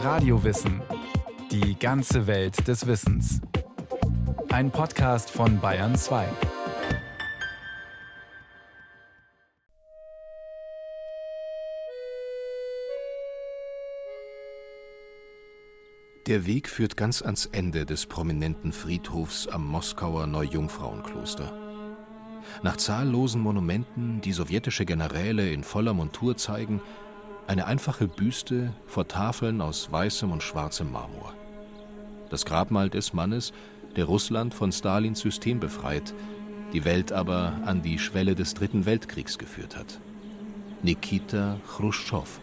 Radiowissen. Die ganze Welt des Wissens. Ein Podcast von Bayern 2. Der Weg führt ganz ans Ende des prominenten Friedhofs am Moskauer Neujungfrauenkloster. Nach zahllosen Monumenten, die sowjetische Generäle in voller Montur zeigen, eine einfache Büste vor Tafeln aus weißem und schwarzem Marmor. Das Grabmal des Mannes, der Russland von Stalins System befreit, die Welt aber an die Schwelle des Dritten Weltkriegs geführt hat. Nikita Chruschtschow.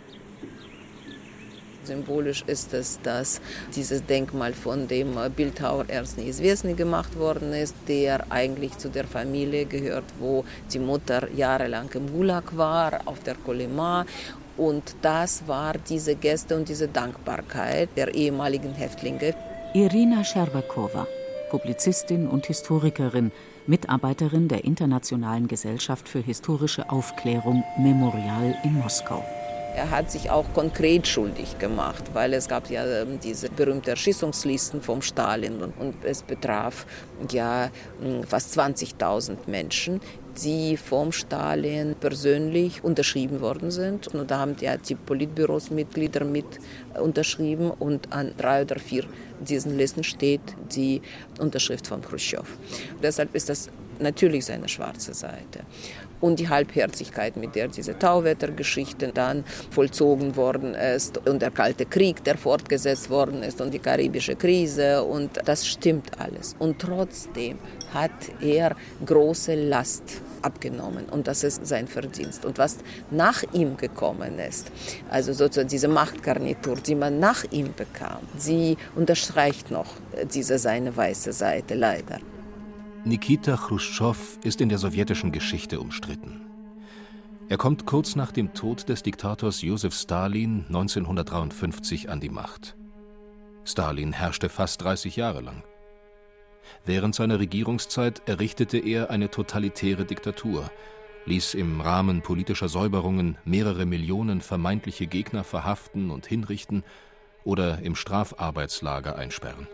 Symbolisch ist es, dass dieses Denkmal von dem Bildhauer Ernst Neizvestny gemacht worden ist, der eigentlich zu der Familie gehört, wo die Mutter jahrelang im Gulag war, auf der Kolyma. Und das war diese Geste und diese Dankbarkeit der ehemaligen Häftlinge. Irina Scherbakowa, Publizistin und Historikerin, Mitarbeiterin der Internationalen Gesellschaft für historische Aufklärung Memorial in Moskau. Er hat sich auch konkret schuldig gemacht, weil es gab ja diese berühmten Erschießungslisten vom Stalin und es betraf ja fast 20.000 Menschen, die vom Stalin persönlich unterschrieben worden sind. Und da haben ja die Politbürosmitglieder mit unterschrieben und an 3 oder 4 diesen Listen steht die Unterschrift von Chruschtschow. Deshalb ist das natürlich seine schwarze Seite. Und die Halbherzigkeit, mit der diese Tauwettergeschichte dann vollzogen worden ist und der Kalte Krieg, der fortgesetzt worden ist und die karibische Krise und das stimmt alles. Und trotzdem hat er große Last abgenommen und das ist sein Verdienst. Und was nach ihm gekommen ist, also sozusagen diese Machtgarnitur, die man nach ihm bekam, sie unterstreicht noch diese seine weiße Seite leider. Nikita Chruschtschow ist in der sowjetischen Geschichte umstritten. Er kommt kurz nach dem Tod des Diktators Josef Stalin 1953 an die Macht. Stalin herrschte fast 30 Jahre lang. Während seiner Regierungszeit errichtete er eine totalitäre Diktatur, ließ im Rahmen politischer Säuberungen mehrere Millionen vermeintliche Gegner verhaften und hinrichten oder im Strafarbeitslager einsperren.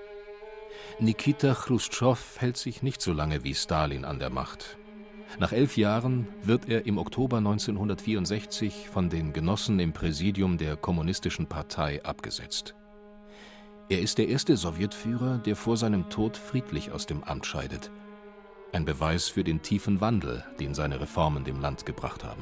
Nikita Chruschtschow hält sich nicht so lange wie Stalin an der Macht. Nach 11 Jahren wird er im Oktober 1964 von den Genossen im Präsidium der Kommunistischen Partei abgesetzt. Er ist der erste Sowjetführer, der vor seinem Tod friedlich aus dem Amt scheidet. Ein Beweis für den tiefen Wandel, den seine Reformen dem Land gebracht haben.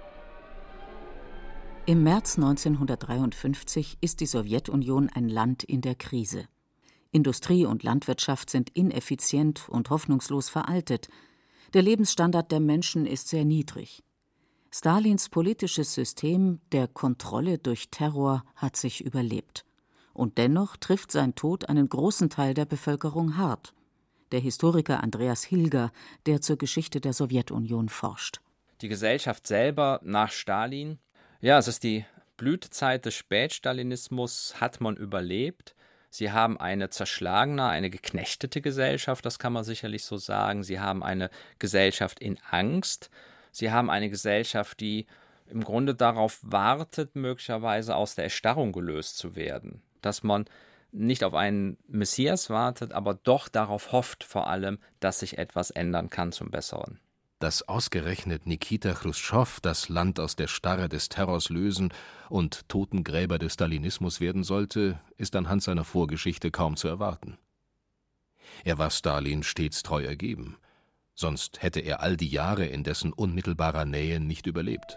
Im März 1953 ist die Sowjetunion ein Land in der Krise. Industrie und Landwirtschaft sind ineffizient und hoffnungslos veraltet. Der Lebensstandard der Menschen ist sehr niedrig. Stalins politisches System der Kontrolle durch Terror hat sich überlebt. Und dennoch trifft sein Tod einen großen Teil der Bevölkerung hart. Der Historiker Andreas Hilger, der zur Geschichte der Sowjetunion forscht. Die Gesellschaft selber nach Stalin, ja, es ist die Blütezeit des Spätstalinismus, hat man überlebt. Sie haben eine zerschlagene, eine geknechtete Gesellschaft, das kann man sicherlich so sagen. Sie haben eine Gesellschaft in Angst. Sie haben eine Gesellschaft, die im Grunde darauf wartet, möglicherweise aus der Erstarrung gelöst zu werden. Dass man nicht auf einen Messias wartet, aber doch darauf hofft vor allem, dass sich etwas ändern kann zum Besseren. Dass ausgerechnet Nikita Chruschtschow das Land aus der Starre des Terrors lösen und Totengräber des Stalinismus werden sollte, ist anhand seiner Vorgeschichte kaum zu erwarten. Er war Stalin stets treu ergeben, sonst hätte er all die Jahre in dessen unmittelbarer Nähe nicht überlebt.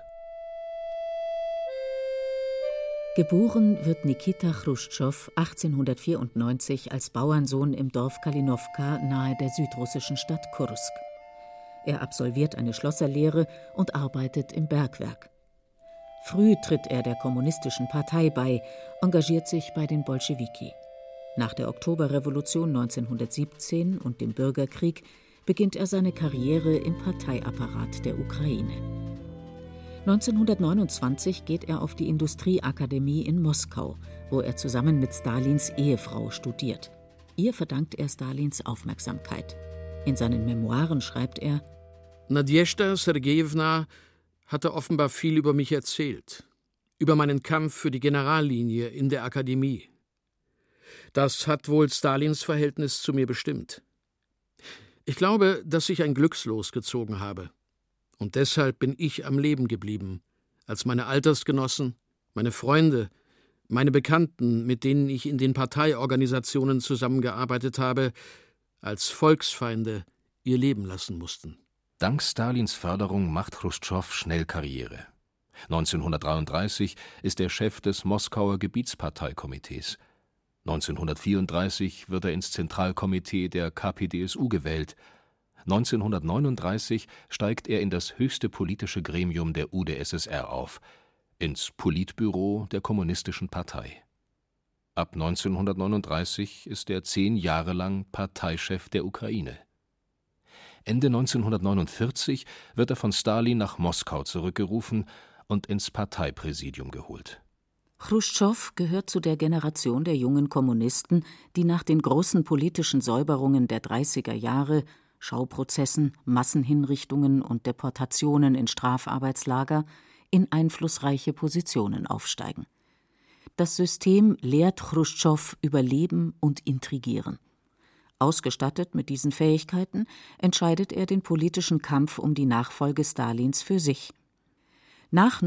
Geboren wird Nikita Chruschtschow 1894 als Bauernsohn im Dorf Kalinowka nahe der südrussischen Stadt Kursk. Er absolviert eine Schlosserlehre und arbeitet im Bergwerk. Früh tritt er der Kommunistischen Partei bei, engagiert sich bei den Bolschewiki. Nach der Oktoberrevolution 1917 und dem Bürgerkrieg beginnt er seine Karriere im Parteiapparat der Ukraine. 1929 geht er auf die Industrieakademie in Moskau, wo er zusammen mit Stalins Ehefrau studiert. Ihr verdankt er Stalins Aufmerksamkeit. In seinen Memoiren schreibt er: Nadjezhda Sergejewna hatte offenbar viel über mich erzählt. Über meinen Kampf für die Generallinie in der Akademie, Das hat wohl Stalins Verhältnis zu mir bestimmt. Ich glaube, dass ich ein Glückslos gezogen habe. Und deshalb bin ich am Leben geblieben, als meine Altersgenossen, meine Freunde, meine Bekannten, mit denen ich in den Parteiorganisationen zusammengearbeitet habe, als Volksfeinde ihr Leben lassen mussten. Dank Stalins Förderung macht Chruschtschow schnell Karriere. 1933 ist er Chef des Moskauer Gebietsparteikomitees. 1934 wird er ins Zentralkomitee der KPdSU gewählt. 1939 steigt er in das höchste politische Gremium der UdSSR auf, ins Politbüro der Kommunistischen Partei. Ab 1939 ist er 10 Jahre lang Parteichef der Ukraine. Ende 1949 wird er von Stalin nach Moskau zurückgerufen und ins Parteipräsidium geholt. Chruschtschow gehört zu der Generation der jungen Kommunisten, die nach den großen politischen Säuberungen der 30er Jahre, Schauprozessen, Massenhinrichtungen und Deportationen in Strafarbeitslager in einflussreiche Positionen aufsteigen. Das System lehrt Chruschtschow überleben und intrigieren. Ausgestattet mit diesen Fähigkeiten entscheidet er den politischen Kampf um die Nachfolge Stalins für sich. Nach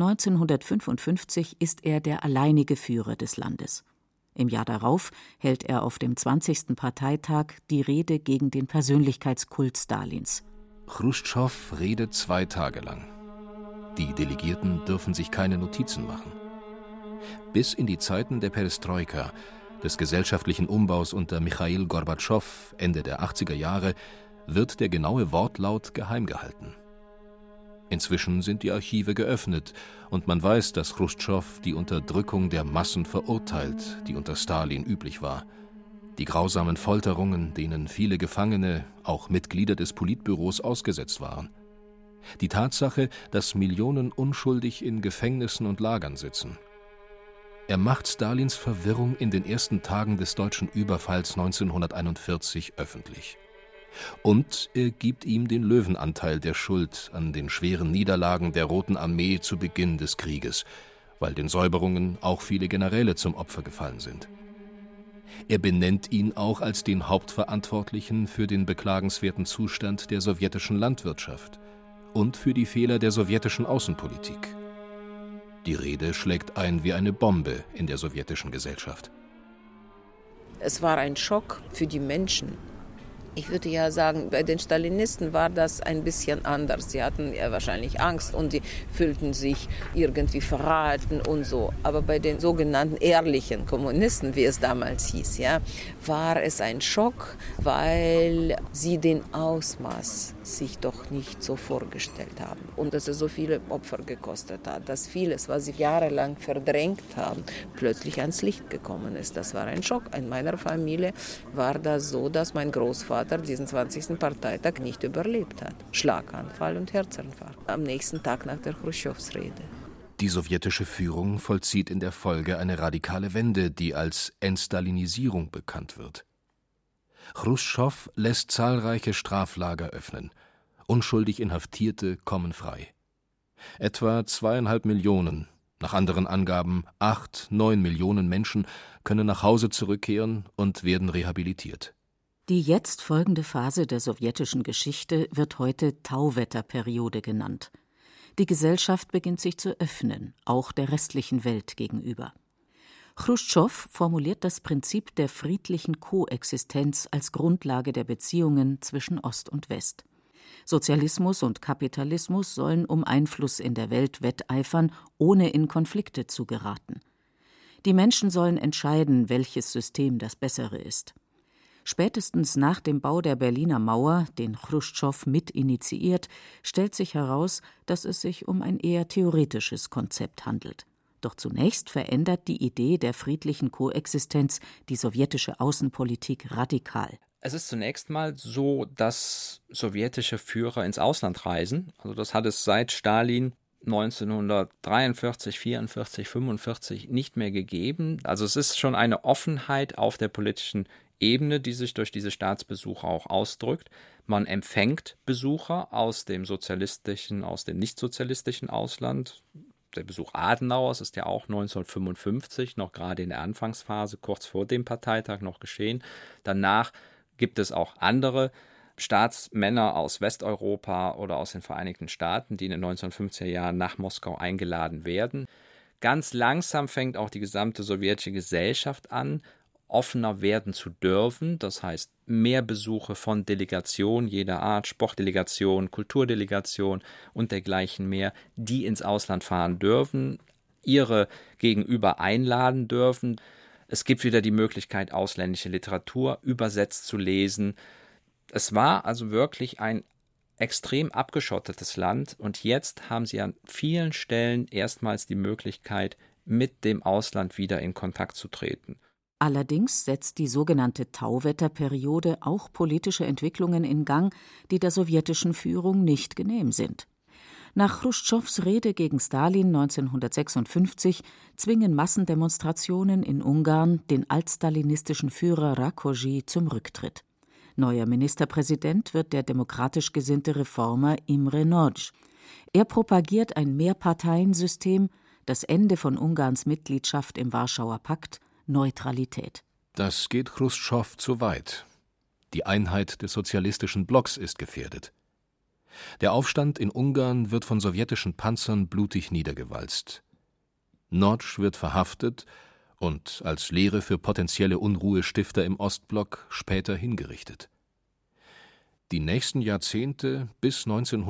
1955 ist er der alleinige Führer des Landes. Im Jahr darauf hält er auf dem 20. Parteitag die Rede gegen den Persönlichkeitskult Stalins. Chruschtschow redet 2 Tage lang. Die Delegierten dürfen sich keine Notizen machen. Bis in die Zeiten der Perestroika, des gesellschaftlichen Umbaus unter Michail Gorbatschow Ende der 80er Jahre, wird der genaue Wortlaut geheim gehalten. Inzwischen sind die Archive geöffnet und man weiß, dass Chruschtschow die Unterdrückung der Massen verurteilt, die unter Stalin üblich war. Die grausamen Folterungen, denen viele Gefangene, auch Mitglieder des Politbüros, ausgesetzt waren. Die Tatsache, dass Millionen unschuldig in Gefängnissen und Lagern sitzen. Er macht Stalins Verwirrung in den ersten Tagen des deutschen Überfalls 1941 öffentlich. Und er gibt ihm den Löwenanteil der Schuld an den schweren Niederlagen der Roten Armee zu Beginn des Krieges, weil den Säuberungen auch viele Generäle zum Opfer gefallen sind. Er benennt ihn auch als den Hauptverantwortlichen für den beklagenswerten Zustand der sowjetischen Landwirtschaft und für die Fehler der sowjetischen Außenpolitik. Die Rede schlägt ein wie eine Bombe in der sowjetischen Gesellschaft. Es war ein Schock für die Menschen. Ich würde ja sagen, bei den Stalinisten war das ein bisschen anders. Sie hatten ja wahrscheinlich Angst und die fühlten sich irgendwie verraten und so. Aber bei den sogenannten ehrlichen Kommunisten, wie es damals hieß, ja, war es ein Schock, weil sie den Ausmaß sich doch nicht so vorgestellt haben. Und dass es so viele Opfer gekostet hat, dass vieles, was sie jahrelang verdrängt haben, plötzlich ans Licht gekommen ist. Das war ein Schock. In meiner Familie war das so, dass mein Großvater diesen 20. Parteitag nicht überlebt hat. Schlaganfall und Herzinfarkt. Am nächsten Tag nach der Chruschtschows Rede. Die sowjetische Führung vollzieht in der Folge eine radikale Wende, die als Entstalinisierung bekannt wird. Chruschtschow lässt zahlreiche Straflager öffnen. Unschuldig Inhaftierte kommen frei. Etwa 2,5 Millionen, nach anderen Angaben 8-9 Millionen Menschen können nach Hause zurückkehren und werden rehabilitiert. Die jetzt folgende Phase der sowjetischen Geschichte wird heute Tauwetterperiode genannt. Die Gesellschaft beginnt sich zu öffnen, auch der restlichen Welt gegenüber. Chruschtschow formuliert das Prinzip der friedlichen Koexistenz als Grundlage der Beziehungen zwischen Ost und West. Sozialismus und Kapitalismus sollen um Einfluss in der Welt wetteifern, ohne in Konflikte zu geraten. Die Menschen sollen entscheiden, welches System das bessere ist. Spätestens nach dem Bau der Berliner Mauer, den Chruschtschow mitinitiiert, stellt sich heraus, dass es sich um ein eher theoretisches Konzept handelt. Doch zunächst verändert die Idee der friedlichen Koexistenz die sowjetische Außenpolitik radikal. Es ist zunächst mal so, dass sowjetische Führer ins Ausland reisen. Also das hat es seit Stalin 1943, 44, 45 nicht mehr gegeben. Also es ist schon eine Offenheit auf der politischen Ebene, die sich durch diese Staatsbesuche auch ausdrückt. Man empfängt Besucher aus dem sozialistischen, aus dem nichtsozialistischen Ausland. Der Besuch Adenauers ist ja auch 1955, noch gerade in der Anfangsphase, kurz vor dem Parteitag noch geschehen. Danach gibt es auch andere Staatsmänner aus Westeuropa oder aus den Vereinigten Staaten, die in den 1950er Jahren nach Moskau eingeladen werden. Ganz langsam fängt auch die gesamte sowjetische Gesellschaft an, offener werden zu dürfen. Das heißt, mehr Besuche von Delegationen jeder Art, Sportdelegationen, Kulturdelegationen und dergleichen mehr, die ins Ausland fahren dürfen, ihre Gegenüber einladen dürfen. Es gibt wieder die Möglichkeit, ausländische Literatur übersetzt zu lesen. Es war also wirklich ein extrem abgeschottetes Land und jetzt haben sie an vielen Stellen erstmals die Möglichkeit, mit dem Ausland wieder in Kontakt zu treten. Allerdings setzt die sogenannte Tauwetterperiode auch politische Entwicklungen in Gang, die der sowjetischen Führung nicht genehm sind. Nach Chruschtschows Rede gegen Stalin 1956 zwingen Massendemonstrationen in Ungarn den altstalinistischen Führer Rákosi zum Rücktritt. Neuer Ministerpräsident wird der demokratisch gesinnte Reformer Imre Nagy. Er propagiert ein Mehrparteiensystem, das Ende von Ungarns Mitgliedschaft im Warschauer Pakt, Neutralität. Das geht Chruschtschow zu weit. Die Einheit des sozialistischen Blocks ist gefährdet. Der Aufstand in Ungarn wird von sowjetischen Panzern blutig niedergewalzt. Nagy wird verhaftet und als Lehre für potenzielle Unruhestifter im Ostblock später hingerichtet. Die nächsten Jahrzehnte bis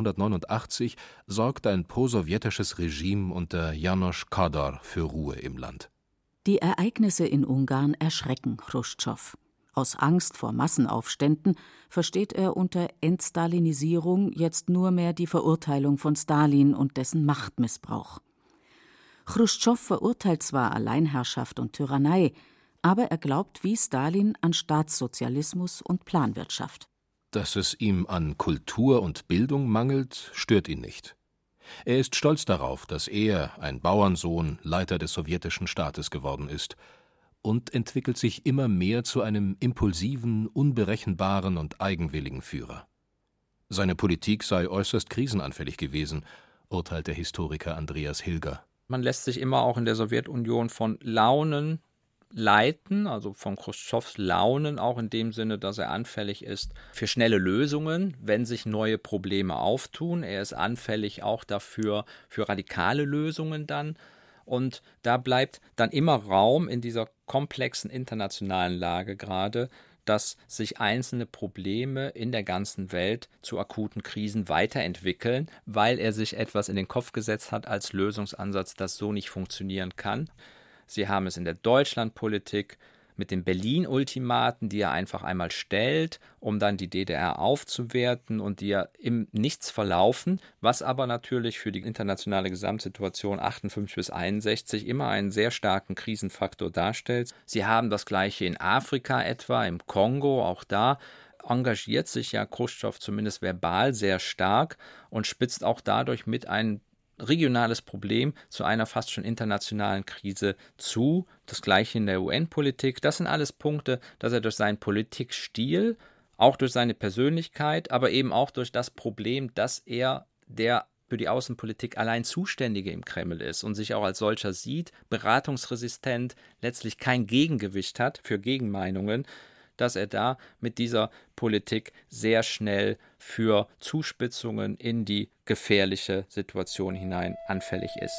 1989 sorgt ein prosowjetisches Regime unter János Kadar für Ruhe im Land. Die Ereignisse in Ungarn erschrecken Chruschtschow. Aus Angst vor Massenaufständen versteht er unter Entstalinisierung jetzt nur mehr die Verurteilung von Stalin und dessen Machtmissbrauch. Chruschtschow verurteilt zwar Alleinherrschaft und Tyrannei, aber er glaubt wie Stalin an Staatssozialismus und Planwirtschaft. Dass es ihm an Kultur und Bildung mangelt, stört ihn nicht. Er ist stolz darauf, dass er, ein Bauernsohn, Leiter des sowjetischen Staates geworden ist und entwickelt sich immer mehr zu einem impulsiven, unberechenbaren und eigenwilligen Führer. Seine Politik sei äußerst krisenanfällig gewesen, urteilt der Historiker Andreas Hilger. Man lässt sich immer auch in der Sowjetunion von Launen leiten, also von Chruschtschows Launen, auch in dem Sinne, dass er anfällig ist für schnelle Lösungen, wenn sich neue Probleme auftun. Er ist anfällig auch dafür, für radikale Lösungen dann. Und da bleibt dann immer Raum in dieser komplexen internationalen Lage gerade, dass sich einzelne Probleme in der ganzen Welt zu akuten Krisen weiterentwickeln, weil er sich etwas in den Kopf gesetzt hat als Lösungsansatz, das so nicht funktionieren kann. Sie haben es in der Deutschlandpolitik mit den Berlin-Ultimaten, die er einfach einmal stellt, um dann die DDR aufzuwerten und die ja im Nichts verlaufen, was aber natürlich für die internationale Gesamtsituation 58 bis 61 immer einen sehr starken Krisenfaktor darstellt. Sie haben das Gleiche in Afrika etwa, im Kongo, auch da engagiert sich ja Chruschtschow zumindest verbal sehr stark und spitzt auch dadurch mit ein regionales Problem zu einer fast schon internationalen Krise zu. Das Gleiche in der UN-Politik. Das sind alles Punkte, dass er durch seinen Politikstil, auch durch seine Persönlichkeit, aber eben auch durch das Problem, dass er der für die Außenpolitik allein Zuständige im Kreml ist und sich auch als solcher sieht, beratungsresistent, letztlich kein Gegengewicht hat für Gegenmeinungen, dass er da mit dieser Politik sehr schnell für Zuspitzungen in die gefährliche Situation hinein anfällig ist.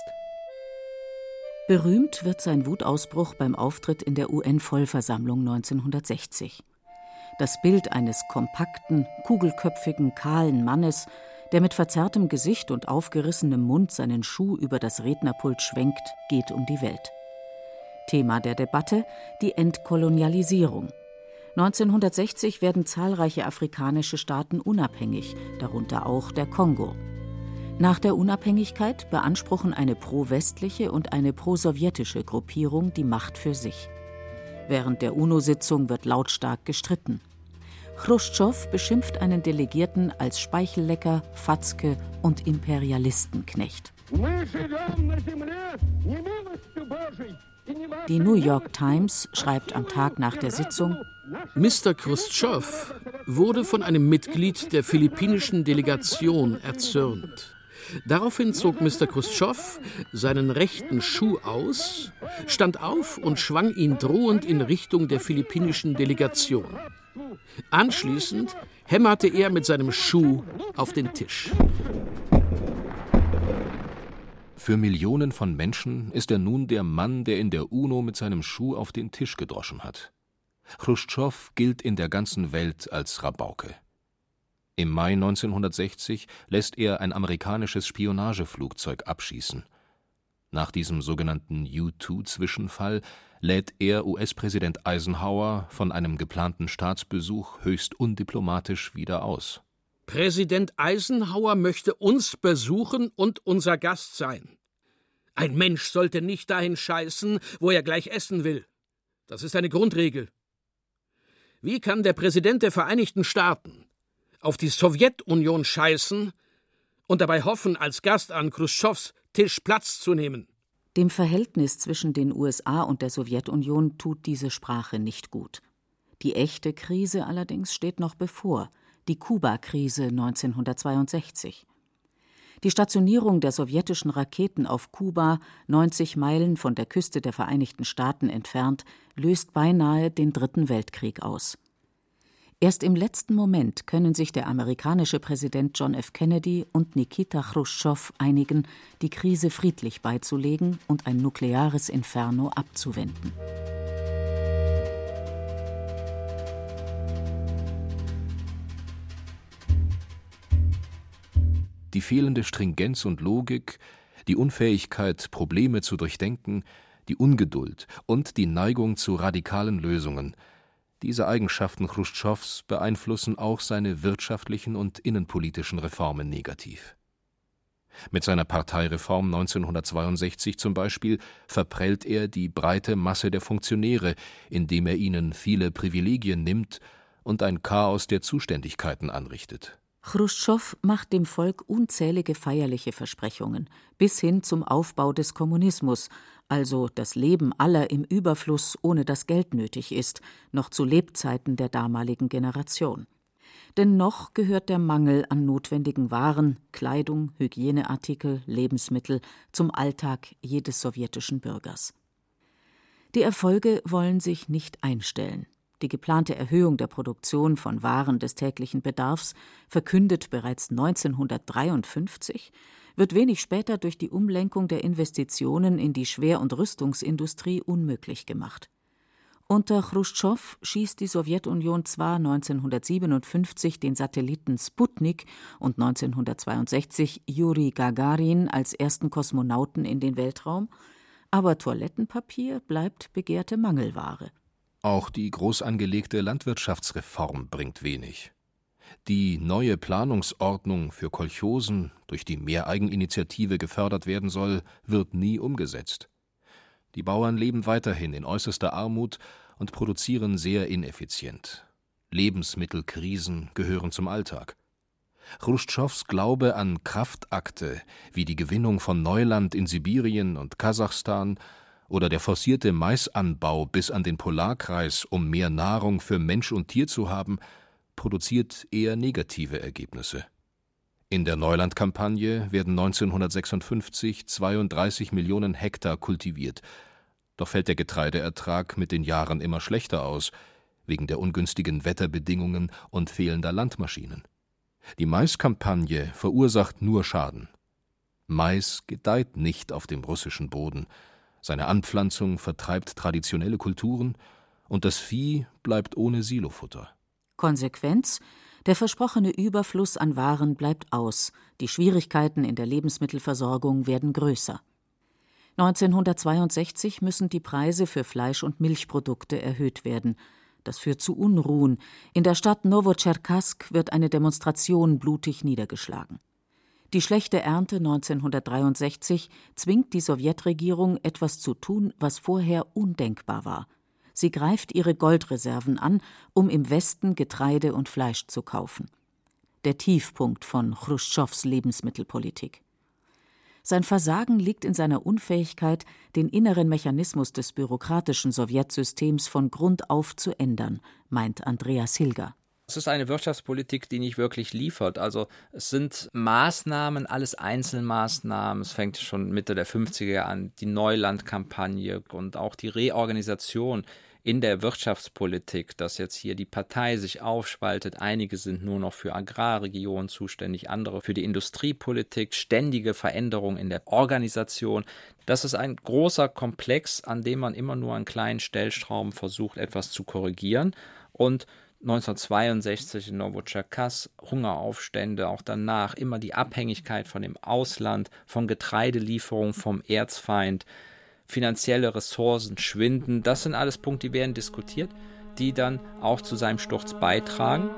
Berühmt wird sein Wutausbruch beim Auftritt in der UN-Vollversammlung 1960. Das Bild eines kompakten, kugelköpfigen, kahlen Mannes, der mit verzerrtem Gesicht und aufgerissenem Mund seinen Schuh über das Rednerpult schwenkt, geht um die Welt. Thema der Debatte: die Entkolonialisierung. 1960 werden zahlreiche afrikanische Staaten unabhängig, darunter auch der Kongo. Nach der Unabhängigkeit beanspruchen eine pro-westliche und eine pro-sowjetische Gruppierung die Macht für sich. Während der UNO-Sitzung wird lautstark gestritten. Chruschtschow beschimpft einen Delegierten als Speichellecker, Fatzke und Imperialistenknecht. Die New York Times schreibt am Tag nach der Sitzung: Mr. Chruschtschow wurde von einem Mitglied der philippinischen Delegation erzürnt. Daraufhin zog Mr. Chruschtschow seinen rechten Schuh aus, stand auf und schwang ihn drohend in Richtung der philippinischen Delegation. Anschließend hämmerte er mit seinem Schuh auf den Tisch. Für Millionen von Menschen ist er nun der Mann, der in der UNO mit seinem Schuh auf den Tisch gedroschen hat. Chruschtschow gilt in der ganzen Welt als Rabauke. Im Mai 1960 lässt er ein amerikanisches Spionageflugzeug abschießen. Nach diesem sogenannten U-2-Zwischenfall lädt er US-Präsident Eisenhower von einem geplanten Staatsbesuch höchst undiplomatisch wieder aus. Präsident Eisenhower möchte uns besuchen und unser Gast sein. Ein Mensch sollte nicht dahin scheißen, wo er gleich essen will. Das ist eine Grundregel. Wie kann der Präsident der Vereinigten Staaten auf die Sowjetunion scheißen und dabei hoffen, als Gast an Chruschtschows Tisch Platz zu nehmen? Dem Verhältnis zwischen den USA und der Sowjetunion tut diese Sprache nicht gut. Die echte Krise allerdings steht noch bevor, die Kuba-Krise 1962. Die Stationierung der sowjetischen Raketen auf Kuba, 90 Meilen von der Küste der Vereinigten Staaten entfernt, löst beinahe den Dritten Weltkrieg aus. Erst im letzten Moment können sich der amerikanische Präsident John F. Kennedy und Nikita Chruschtschow einigen, die Krise friedlich beizulegen und ein nukleares Inferno abzuwenden. Die fehlende Stringenz und Logik, die Unfähigkeit, Probleme zu durchdenken, die Ungeduld und die Neigung zu radikalen Lösungen – diese Eigenschaften Chruschtschows beeinflussen auch seine wirtschaftlichen und innenpolitischen Reformen negativ. Mit seiner Parteireform 1962 zum Beispiel verprellt er die breite Masse der Funktionäre, indem er ihnen viele Privilegien nimmt und ein Chaos der Zuständigkeiten anrichtet. Chruschtschow macht dem Volk unzählige feierliche Versprechungen, bis hin zum Aufbau des Kommunismus, also das Leben aller im Überfluss, ohne dass Geld nötig ist, noch zu Lebzeiten der damaligen Generation. Denn noch gehört der Mangel an notwendigen Waren, Kleidung, Hygieneartikel, Lebensmittel zum Alltag jedes sowjetischen Bürgers. Die Erfolge wollen sich nicht einstellen. Die geplante Erhöhung der Produktion von Waren des täglichen Bedarfs, verkündet bereits 1953, wird wenig später durch die Umlenkung der Investitionen in die Schwer- und Rüstungsindustrie unmöglich gemacht. Unter Chruschtschow schießt die Sowjetunion zwar 1957 den Satelliten Sputnik und 1962 Juri Gagarin als ersten Kosmonauten in den Weltraum, aber Toilettenpapier bleibt begehrte Mangelware. Auch die groß angelegte Landwirtschaftsreform bringt wenig. Die neue Planungsordnung für Kolchosen, durch die mehr Eigeninitiative gefördert werden soll, wird nie umgesetzt. Die Bauern leben weiterhin in äußerster Armut und produzieren sehr ineffizient. Lebensmittelkrisen gehören zum Alltag. Chruschtschows Glaube an Kraftakte wie die Gewinnung von Neuland in Sibirien und Kasachstan oder der forcierte Maisanbau bis an den Polarkreis, um mehr Nahrung für Mensch und Tier zu haben, produziert eher negative Ergebnisse. In der Neuland-Kampagne werden 1956 32 Millionen Hektar kultiviert, doch fällt der Getreideertrag mit den Jahren immer schlechter aus, wegen der ungünstigen Wetterbedingungen und fehlender Landmaschinen. Die Maiskampagne verursacht nur Schaden. Mais gedeiht nicht auf dem russischen Boden, seine Anpflanzung vertreibt traditionelle Kulturen und das Vieh bleibt ohne Silofutter. Konsequenz: Der versprochene Überfluss an Waren bleibt aus, die Schwierigkeiten in der Lebensmittelversorgung werden größer. 1962 müssen die Preise für Fleisch- und Milchprodukte erhöht werden. Das führt zu Unruhen. In der Stadt Nowotscherkassk wird eine Demonstration blutig niedergeschlagen. Die schlechte Ernte 1963 zwingt die Sowjetregierung, etwas zu tun, was vorher undenkbar war. Sie greift ihre Goldreserven an, um im Westen Getreide und Fleisch zu kaufen. Der Tiefpunkt von Chruschtschows Lebensmittelpolitik. Sein Versagen liegt in seiner Unfähigkeit, den inneren Mechanismus des bürokratischen Sowjetsystems von Grund auf zu ändern, meint Andreas Hilger. Es ist eine Wirtschaftspolitik, die nicht wirklich liefert. Also es sind Maßnahmen, alles Einzelmaßnahmen. Es fängt schon Mitte der 50er an, die Neulandkampagne und auch die Reorganisation in der Wirtschaftspolitik, dass jetzt hier die Partei sich aufspaltet. Einige sind nur noch für Agrarregionen zuständig, andere für die Industriepolitik, ständige Veränderungen in der Organisation. Das ist ein großer Komplex, an dem man immer nur an kleinen Stellschrauben versucht, etwas zu korrigieren. Und 1962 in Novocherkass, Hungeraufstände, auch danach immer die Abhängigkeit von dem Ausland, von Getreidelieferungen vom Erzfeind, finanzielle Ressourcen schwinden. Das sind alles Punkte, die werden diskutiert, die dann auch zu seinem Sturz beitragen.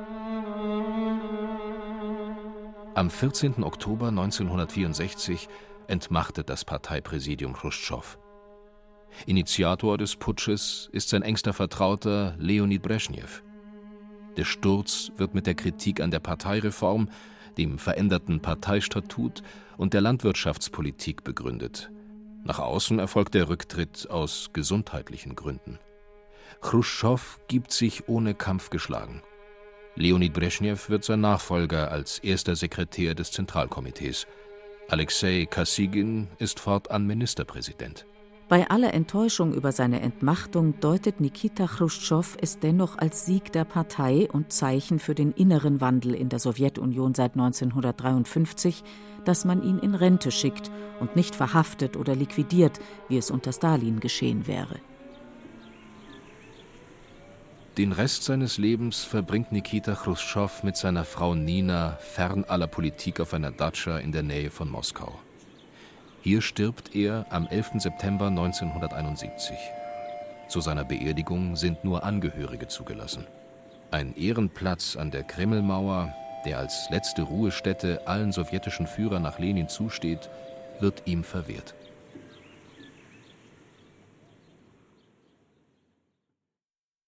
Am 14. Oktober 1964 entmachtet das Parteipräsidium Chruschtschow. Initiator des Putsches ist sein engster Vertrauter Leonid Breschnew. Der Sturz wird mit der Kritik an der Parteireform, dem veränderten Parteistatut und der Landwirtschaftspolitik begründet. Nach außen erfolgt der Rücktritt aus gesundheitlichen Gründen. Chruschtschow gibt sich ohne Kampf geschlagen. Leonid Breschnew wird sein Nachfolger als erster Sekretär des Zentralkomitees. Alexei Kosygin ist fortan Ministerpräsident. Bei aller Enttäuschung über seine Entmachtung deutet Nikita Chruschtschow es dennoch als Sieg der Partei und Zeichen für den inneren Wandel in der Sowjetunion seit 1953, dass man ihn in Rente schickt und nicht verhaftet oder liquidiert, wie es unter Stalin geschehen wäre. Den Rest seines Lebens verbringt Nikita Chruschtschow mit seiner Frau Nina fern aller Politik auf einer Datscha in der Nähe von Moskau. Hier stirbt er am 11. September 1971. Zu seiner Beerdigung sind nur Angehörige zugelassen. Ein Ehrenplatz an der Kremlmauer, der als letzte Ruhestätte allen sowjetischen Führern nach Lenin zusteht, wird ihm verwehrt.